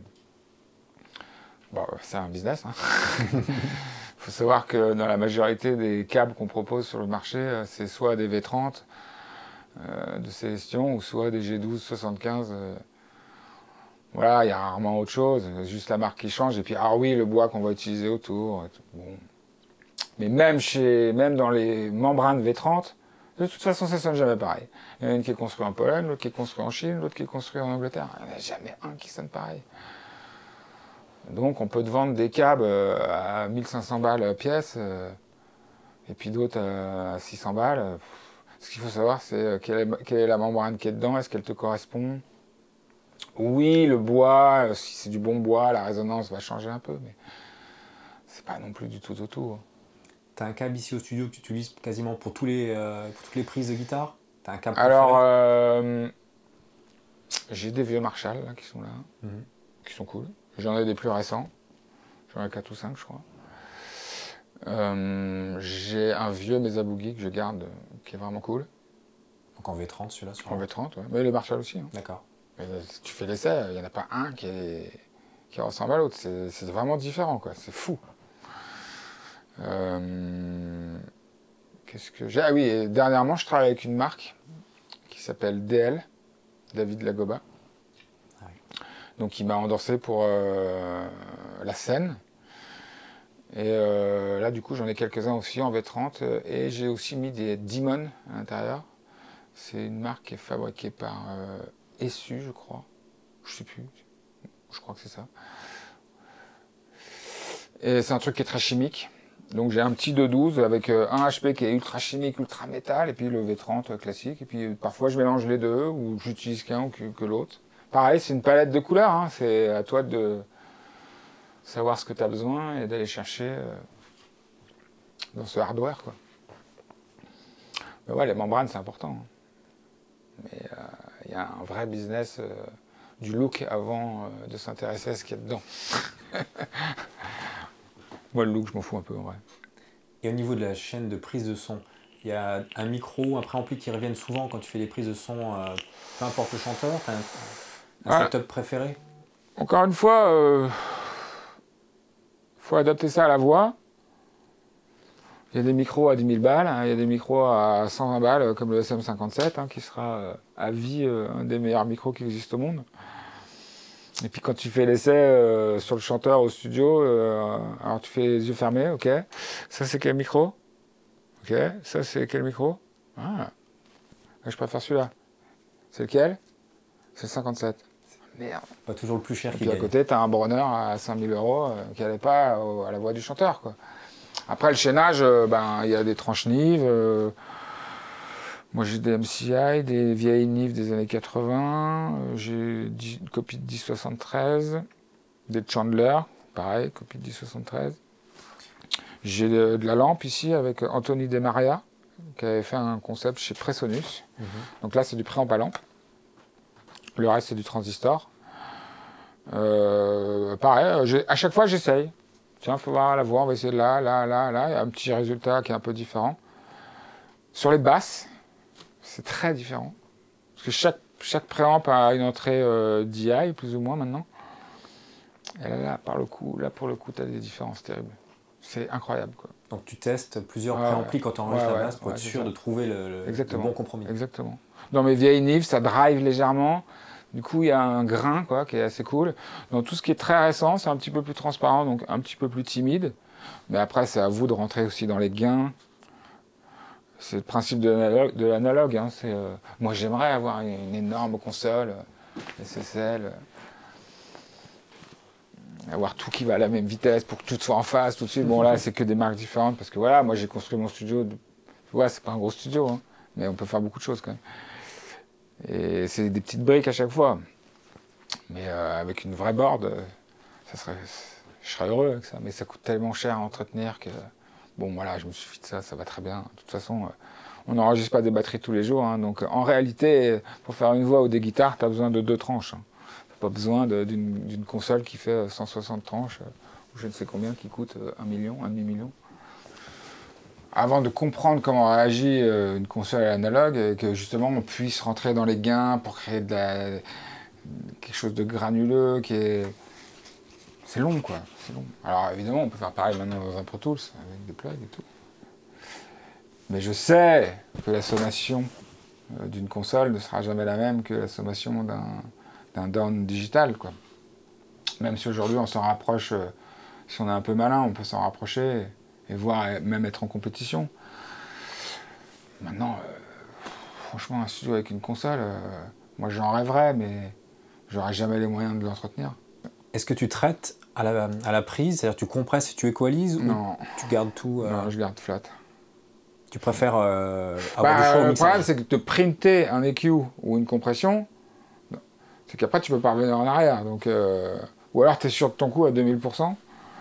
c'est un business. Il faut savoir que dans la majorité des câbles qu'on propose sur le marché, c'est soit des V30 de Célestion ou soit des G12 75. Voilà, il y a rarement autre chose, juste la marque qui change. Et puis, ah oui, le bois qu'on va utiliser autour. Bon. Mais même dans les membranes V30, de toute façon, ça ne sonne jamais pareil. Il y en a une qui est construite en Pologne, l'autre qui est construite en Chine, l'autre qui est construite en Angleterre. Il n'y en a jamais un qui sonne pareil. Donc, on peut te vendre des câbles à 1500 balles pièce, et puis d'autres à 600 balles. Ce qu'il faut savoir, c'est quelle est la membrane qui est dedans, est-ce qu'elle te correspond. Oui, le bois, si c'est du bon bois, la résonance va changer un peu, mais c'est pas non plus du tout autour. Tu as un câble ici au studio que tu utilises quasiment pour toutes les prises de guitare? Tu as un câble Alors, j'ai des vieux Marshall là, qui sont là, Mhm. qui sont cool. J'en ai des plus récents. J'en ai 4 ou 5, je crois. J'ai un vieux Mesa Boogie que je garde, qui est vraiment cool. Donc en V30 celui-là En V30, ouais. Mais les Marshall aussi. Hein. D'accord. Mais, si tu fais l'essai, il n'y en a pas un qui ressemble à l'autre. C'est vraiment différent, quoi. C'est fou. Qu'est-ce que j'ai? Ah oui, et dernièrement, je travaille avec une marque qui s'appelle DL, David Lagoba. Ah oui. Donc, il m'a endorsé pour la scène. Et là, du coup, j'en ai quelques-uns aussi en V30. Et j'ai aussi mis des Demon à l'intérieur. C'est une marque qui est fabriquée par Essu, je crois. Je sais plus. Je crois que c'est ça. Et c'est un truc qui est très chimique. Donc j'ai un petit 212 avec un HP qui est ultra chimique, ultra métal, et puis le V30 classique. Et puis parfois je mélange les deux, ou j'utilise qu'un ou que l'autre. Pareil, c'est une palette de couleurs. Hein. C'est à toi de savoir ce que tu as besoin et d'aller chercher dans ce hardware, quoi. Mais ouais, les membranes, c'est important. Hein. Mais il y a un vrai business du look avant de s'intéresser à ce qu'il y a dedans. Moi, le look, je m'en fous un peu, en vrai. Et au niveau de la chaîne de prise de son, il y a un micro, un préampli qui reviennent souvent quand tu fais des prises de son, peu importe le chanteur. Tu as un setup préféré? Encore une fois, faut adapter ça à la voix. Il y a des micros à 10 000 balles, hein, il y a des micros à 120 balles, comme le SM57, hein, qui sera à vie un des meilleurs micros qui existent au monde. Et puis quand tu fais l'essai sur le chanteur au studio, alors tu fais les yeux fermés, ok. Ça c'est quel micro? Ok. Ça c'est quel micro? Ah, je préfère celui-là. C'est lequel? C'est le 57. Merde. Pas toujours le plus cher Et qui puis à gagne. côté, tu as un Bronner à 5000 € qui n'allait pas à la voix du chanteur, quoi. Après le chaînage, il y a des tranches Nive. Moi j'ai des MCI, des vieilles Nive des années 80. J'ai une copie de 1073, des Chandler, pareil, copie de 1073. J'ai de la lampe ici avec Anthony Demaria, qui avait fait un concept chez Presonus. Donc là c'est du préamp à lampe. Le reste c'est du transistor. Pareil, à chaque fois j'essaye. Tiens, faut voir la voix, on va essayer de là. Il y a un petit résultat qui est un peu différent. Sur les basses, c'est très différent. Parce que chaque préamp a une entrée DI, plus ou moins maintenant. Et là, pour le coup, tu as des différences terribles. C'est incroyable, quoi. Donc tu testes plusieurs préamplis quand tu enregistres la basse pour être sûr de trouver le bon compromis. Exactement. Dans mes vieilles Nive, ça drive légèrement. Du coup, il y a un grain, quoi, qui est assez cool. Dans tout ce qui est très récent, c'est un petit peu plus transparent, donc un petit peu plus timide. Mais après, c'est à vous de rentrer aussi dans les gains. C'est le principe de l'analogue. Hein. Moi, j'aimerais avoir une énorme console SSL, avoir tout qui va à la même vitesse pour que tout soit en face tout de suite. Bon, là, c'est que des marques différentes parce que voilà, moi, j'ai construit mon studio. Ouais, c'est pas un gros studio, hein, mais on peut faire beaucoup de choses quand même. Et c'est des petites briques à chaque fois. Mais avec une vraie board, je serais heureux avec ça. Mais ça coûte tellement cher à entretenir que... Bon, voilà, je me suffis de ça, ça va très bien. De toute façon, on n'enregistre pas des batteries tous les jours. Hein, donc, en réalité, pour faire une voix ou des guitares, tu as besoin de 2 tranches. Hein. Tu n'as pas besoin d'une console qui fait 160 tranches, ou je ne sais combien, qui coûte 1 million, 1,5 million. avant de comprendre comment réagit une console analogue, et que justement on puisse rentrer dans les gains pour créer quelque chose de granuleux c'est long, quoi. C'est long. Alors évidemment, on peut faire pareil maintenant dans un Pro Tools, avec des plugs et tout. Mais je sais que la sommation d'une console ne sera jamais la même que la sommation d'un down digital, quoi. Même si aujourd'hui on s'en rapproche, si on est un peu malin, on peut s'en rapprocher et voire même être en compétition. Maintenant, franchement, un studio avec une console, moi j'en rêverais, mais j'aurais jamais les moyens de l'entretenir. Est-ce que tu traites à la prise, c'est-à-dire tu compresses et tu équalises Non. Ou tu gardes tout Non, je garde flat. Tu préfères avoir du choix au Le mixage? problème, c'est que de printer un EQ ou une compression, c'est qu'après, tu peux pas revenir en arrière. Donc, ou alors, tu es sûr de ton coup à 2000%.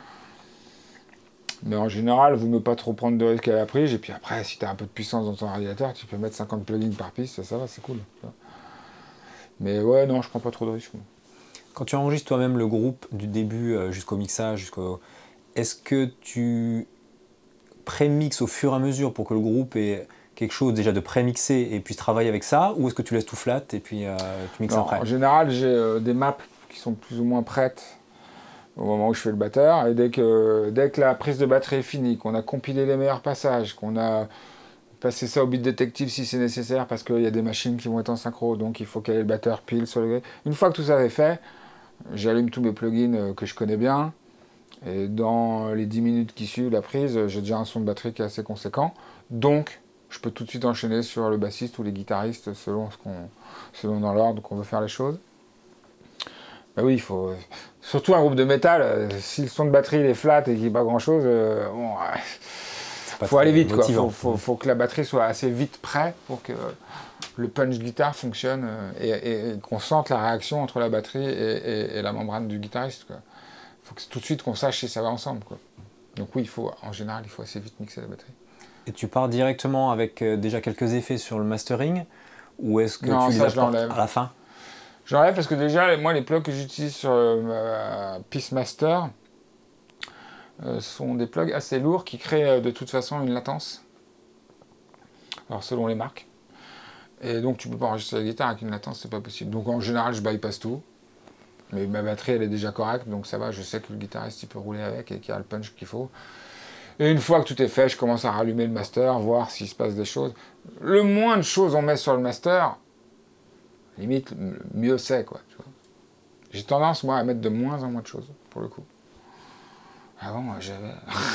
Mais en général, vous ne pas trop prendre de risques à la prise. Et puis après, si tu as un peu de puissance dans ton radiateur, tu peux mettre 50 plugins par piste, ça va, c'est cool. Mais ouais, non, je prends pas trop de risques. Quand tu enregistres toi-même le groupe du début jusqu'au mixage, est-ce que tu pré-mixes au fur et à mesure pour que le groupe ait quelque chose déjà de pré-mixé et puisse travailler avec ça, ou est-ce que tu laisses tout flat et puis tu mixes après? En général, j'ai des maps qui sont plus ou moins prêtes au moment où je fais le batteur, et dès que la prise de batterie est finie, qu'on a compilé les meilleurs passages, qu'on a passé ça au beat detective si c'est nécessaire, parce qu'il y a des machines qui vont être en synchro, donc il faut qu'il y ait le batteur pile sur le gré. Une fois que tout ça est fait, j'allume tous mes plugins que je connais bien, et dans les 10 minutes qui suivent la prise, j'ai déjà un son de batterie qui est assez conséquent, donc je peux tout de suite enchaîner sur le bassiste ou les guitaristes selon dans l'ordre qu'on veut faire les choses. Ben oui, il faut. Surtout un groupe de métal, si le son de batterie est flat et qu'il n'y a pas grand chose, faut aller vite, quoi. Faut que la batterie soit assez vite prête pour que le punch guitare fonctionne et qu'on sente la réaction entre la batterie et la membrane du guitariste, quoi. Faut que tout de suite qu'on sache si ça va ensemble, quoi. Donc oui, en général, il faut assez vite mixer la batterie. Et tu pars directement avec déjà quelques effets sur le mastering, ou est-ce que non, tu les apportes à la fin? J'enlève parce que déjà, moi, les plugs que j'utilise sur ma Peace Master sont des plugs assez lourds qui créent de toute façon une latence. Alors, selon les marques. Et donc, tu peux pas enregistrer la guitare avec une latence, c'est pas possible. Donc, en général, je bypass tout. Mais ma batterie, elle est déjà correcte, donc ça va. Je sais que le guitariste, il peut rouler avec et qu'il y a le punch qu'il faut. Et une fois que tout est fait, je commence à rallumer le master, voir s'il se passe des choses. Le moins de choses on met sur le master, limite, mieux c'est, quoi. Tu vois. J'ai tendance, moi, à mettre de moins en moins de choses, pour le coup. Avant, j'avais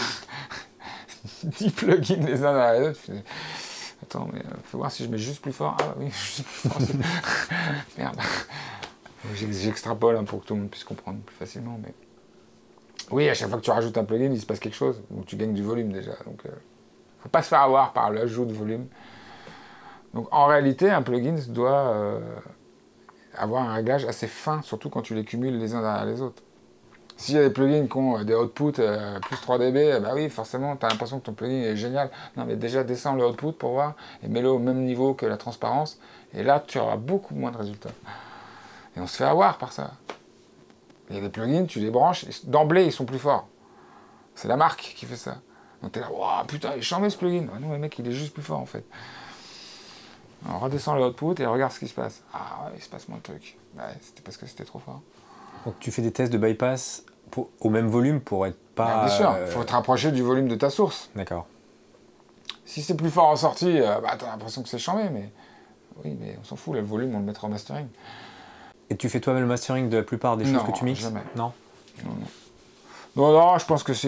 10 plugins les uns derrière les autres. Je faisais, attends, mais faut voir si je mets juste plus fort. Ah oui, juste plus fort. Merde. J'extrapole pour que tout le monde puisse comprendre plus facilement. Mais oui, à chaque fois que tu rajoutes un plugin, il se passe quelque chose. Donc tu gagnes du volume déjà. Donc faut pas se faire avoir par l'ajout de volume. Donc en réalité, un plugin doit avoir un réglage assez fin, surtout quand tu les cumules les uns derrière les autres. S'il y a des plugins qui ont des outputs plus 3 dB, bah oui, forcément, tu as l'impression que ton plugin est génial. Non, mais déjà, descends le output pour voir et mets-le au même niveau que la transparence. Et là, tu auras beaucoup moins de résultats. Et on se fait avoir par ça. Il y a des plugins, tu les branches, d'emblée, ils sont plus forts. C'est la marque qui fait ça. Donc t'es là, waouh, putain, il est charmé ce plugin. Ah non, le mec, il est juste plus fort en fait. Alors, redescends le output et regarde ce qui se passe. Ah ouais, il se passe moins de trucs. Ouais, c'était parce que c'était trop fort. Donc tu fais des tests de bypass au même volume pour être pas... Bien sûr, il faut te rapprocher du volume de ta source. D'accord. Si c'est plus fort en sortie, t'as l'impression que c'est chambé, mais oui, mais on s'en fout, le volume, on le mettra en mastering. Et tu fais toi-même le mastering de la plupart des choses que tu mixes? Jamais. Non. Non, je pense que c'est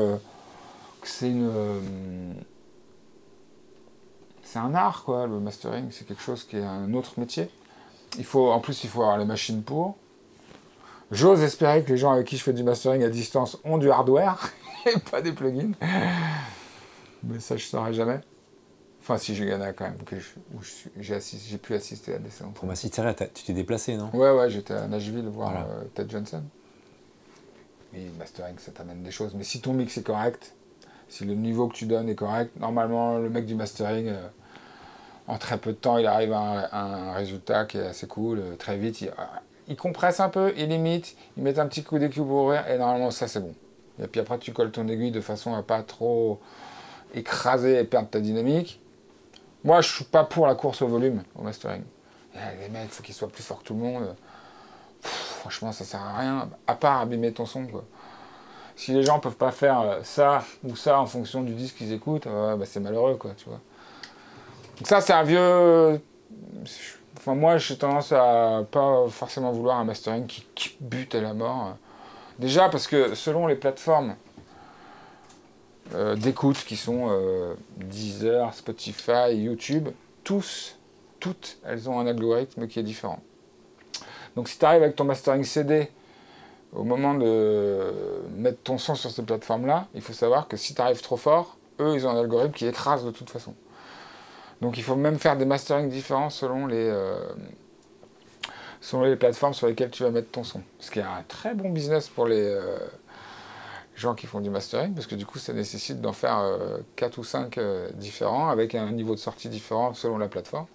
un art, quoi, le mastering. C'est quelque chose qui est un autre métier. En plus, il faut avoir les machines pour. J'ose espérer que les gens avec qui je fais du mastering à distance ont du hardware et pas des plugins. Mais ça, je ne saurais jamais. Enfin, si, il y en a quand même où j'ai pu assister à des séances. Pour m'assister, tu t'es déplacé, non? Ouais, j'étais à Nashville voir Ted Johnson. Et le mastering, ça t'amène des choses. Mais si ton mix est correct, si le niveau que tu donnes est correct, normalement, le mec du mastering, en très peu de temps, il arrive à un résultat qui est assez cool. Très vite, il compresse un peu, il limite, il met un petit coup d'écu pour ouvrir, et normalement, ça, c'est bon. Et puis après, tu colles ton aiguille de façon à pas trop écraser et perdre ta dynamique. Moi, je suis pas pour la course au volume, au mastering. Les mecs, il faut qu'ils soient plus forts que tout le monde. Franchement, ça sert à rien, à part abîmer ton son, quoi. Si les gens peuvent pas faire ça ou ça en fonction du disque qu'ils écoutent, c'est malheureux, quoi, tu vois. Donc ça, c'est un vieux... Enfin, moi, j'ai tendance à pas forcément vouloir un mastering qui bute à la mort. Déjà, parce que selon les plateformes d'écoute qui sont Deezer, Spotify, YouTube, toutes, elles ont un algorithme qui est différent. Donc si tu arrives avec ton mastering CD, au moment de mettre ton son sur ces plateformes-là, il faut savoir que si tu arrives trop fort, eux, ils ont un algorithme qui écrase de toute façon. Donc il faut même faire des masterings différents selon les plateformes sur lesquelles tu vas mettre ton son. Ce qui est un très bon business pour les gens qui font du mastering, parce que du coup ça nécessite d'en faire 4 ou 5 différents, avec un niveau de sortie différent selon la plateforme.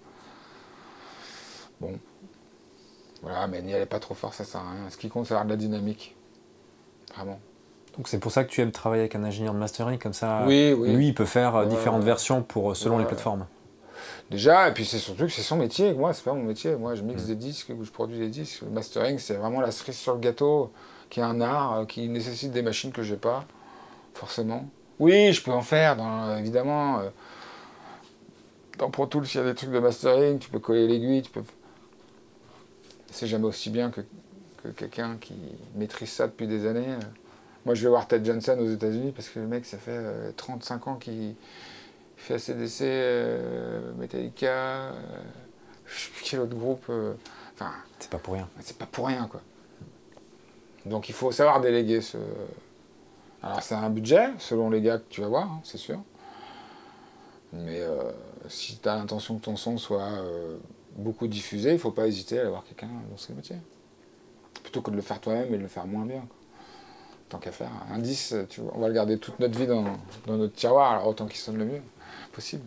Bon. Voilà, mais n'y allez pas trop fort, ça sert à rien. Ce qui compte, c'est avoir de la dynamique. Vraiment. Donc c'est pour ça que tu aimes travailler avec un ingénieur de mastering, comme ça, oui. lui, il peut faire différentes versions selon les plateformes. Déjà, et puis c'est surtout que c'est son métier. Moi, c'est pas mon métier. Moi, je mixe des disques, ou je produis des disques. Le mastering, c'est vraiment la cerise sur le gâteau, qui est un art, qui nécessite des machines que j'ai pas, forcément. Oui, je peux en faire, évidemment. Dans Pro Tools, il y a des trucs de mastering, tu peux coller l'aiguille, tu peux... C'est jamais aussi bien que quelqu'un qui maîtrise ça depuis des années. Moi, je vais voir Ted Jensen aux États-Unis parce que le mec, ça fait 35 ans qu'il fait ACDC, Metallica, je sais plus quel autre groupe. Enfin, c'est pas pour rien. C'est pas pour rien, quoi. Donc, il faut savoir déléguer ce. Alors, c'est un budget selon les gars que tu vas voir, hein, c'est sûr. Mais si tu as l'intention que ton son soit beaucoup diffusé, il ne faut pas hésiter à avoir quelqu'un dans ce métier. Plutôt que de le faire toi-même et de le faire moins bien, quoi. Tant qu'à faire. Un 10, tu vois, on va le garder toute notre vie dans notre tiroir, alors autant qu'il sonne le mieux possible.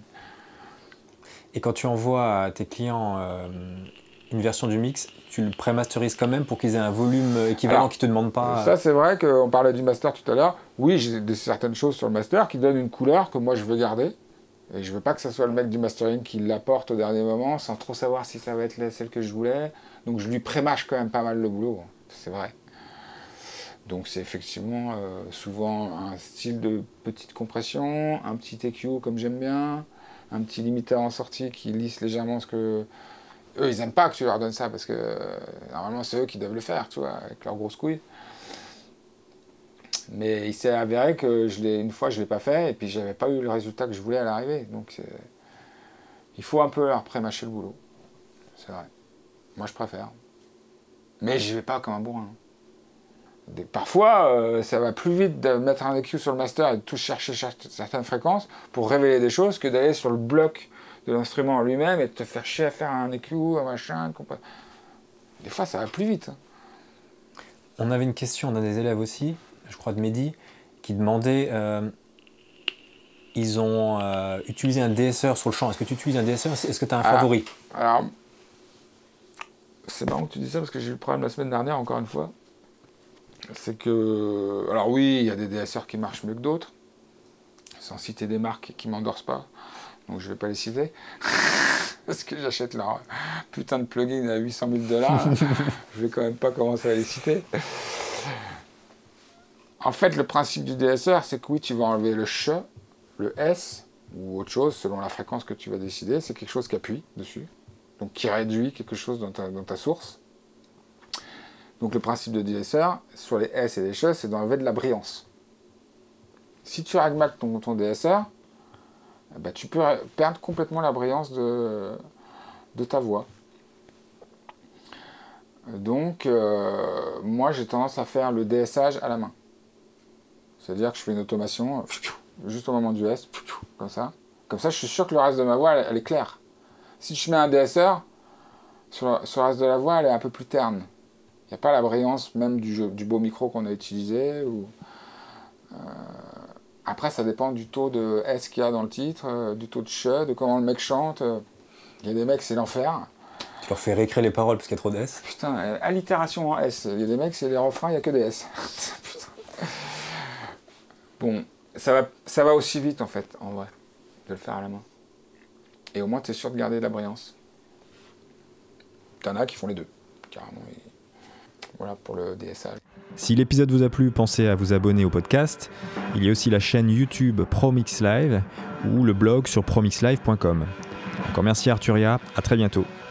Et quand tu envoies à tes clients une version du mix, tu le pré-masterises quand même pour qu'ils aient un volume équivalent qui ne te demande pas... Ça, c'est vrai qu'on parlait du master tout à l'heure. Oui, j'ai certaines choses sur le master qui donnent une couleur que moi je veux garder. Et je veux pas que ce soit le mec du mastering qui l'apporte au dernier moment sans trop savoir si ça va être celle que je voulais. Donc je lui pré-mâche quand même pas mal le boulot, c'est vrai. Donc c'est effectivement souvent un style de petite compression, un petit EQ comme j'aime bien, un petit limiteur en sortie qui lisse légèrement ce que... Eux, ils aiment pas que tu leur donnes ça parce que normalement c'est eux qui doivent le faire, tu vois, avec leurs grosses couilles. Mais il s'est avéré que une fois je l'ai pas fait et puis j'avais pas eu le résultat que je voulais à l'arrivée. Donc il faut un peu leur pré-mâcher le boulot. C'est vrai. Moi je préfère. Mais je vais pas comme un bourrin. Parfois ça va plus vite de mettre un EQ sur le master et de tout chercher certaines fréquences pour révéler des choses que d'aller sur le bloc de l'instrument en lui-même et de te faire chier à faire un EQ, un machin. Des fois ça va plus vite. On avait une question, on a des élèves aussi, je crois de Mehdi, qui demandaient, ils ont utilisé un DSR sur le chant. Est-ce que tu utilises un DSR? Est-ce que tu as un favori? Alors, c'est marrant que tu dis ça parce que j'ai eu le problème la semaine dernière, encore une fois. C'est que, alors oui, il y a des DSR qui marchent mieux que d'autres, sans citer des marques qui m'endorsent pas, donc je vais pas les citer, parce que j'achète leur putain de plugin à 800 000 $, je vais quand même pas commencer à les citer. En fait, le principe du DSR, c'est que oui, tu vas enlever le ch, le s, ou autre chose, selon la fréquence que tu vas décider, c'est quelque chose qui appuie dessus, donc qui réduit quelque chose dans ta source. Donc le principe de DSR, sur les S et les ch, c'est d'enlever de la brillance. Si tu ragmaques ton DSR, bah, tu peux perdre complètement la brillance de ta voix. Donc, moi j'ai tendance à faire le DSage à la main. C'est-à-dire que je fais une automation, juste au moment du S, comme ça. Comme ça, je suis sûr que le reste de ma voix, elle est claire. Si je mets un DSR, sur le reste de la voix, elle est un peu plus terne. Il n'y a pas la brillance même du beau micro qu'on a utilisé. Après, ça dépend du taux de S qu'il y a dans le titre, du taux de ch, de comment le mec chante. Il y a des mecs, c'est l'enfer. Tu leur fais réécrire les paroles parce qu'il y a trop de S. Putain, allitération en S. Il y a des mecs, c'est les refrains, il n'y a que des S. Putain. Bon, ça va aussi vite en fait, en vrai, de le faire à la main. Et au moins, tu es sûr de garder de la brillance. T'en as qui font les deux, carrément. Et voilà pour le DSA. Si l'épisode vous a plu, pensez à vous abonner au podcast. Il y a aussi la chaîne YouTube ProMix Live ou le blog sur promixlive.com. Encore merci Arturia, à très bientôt.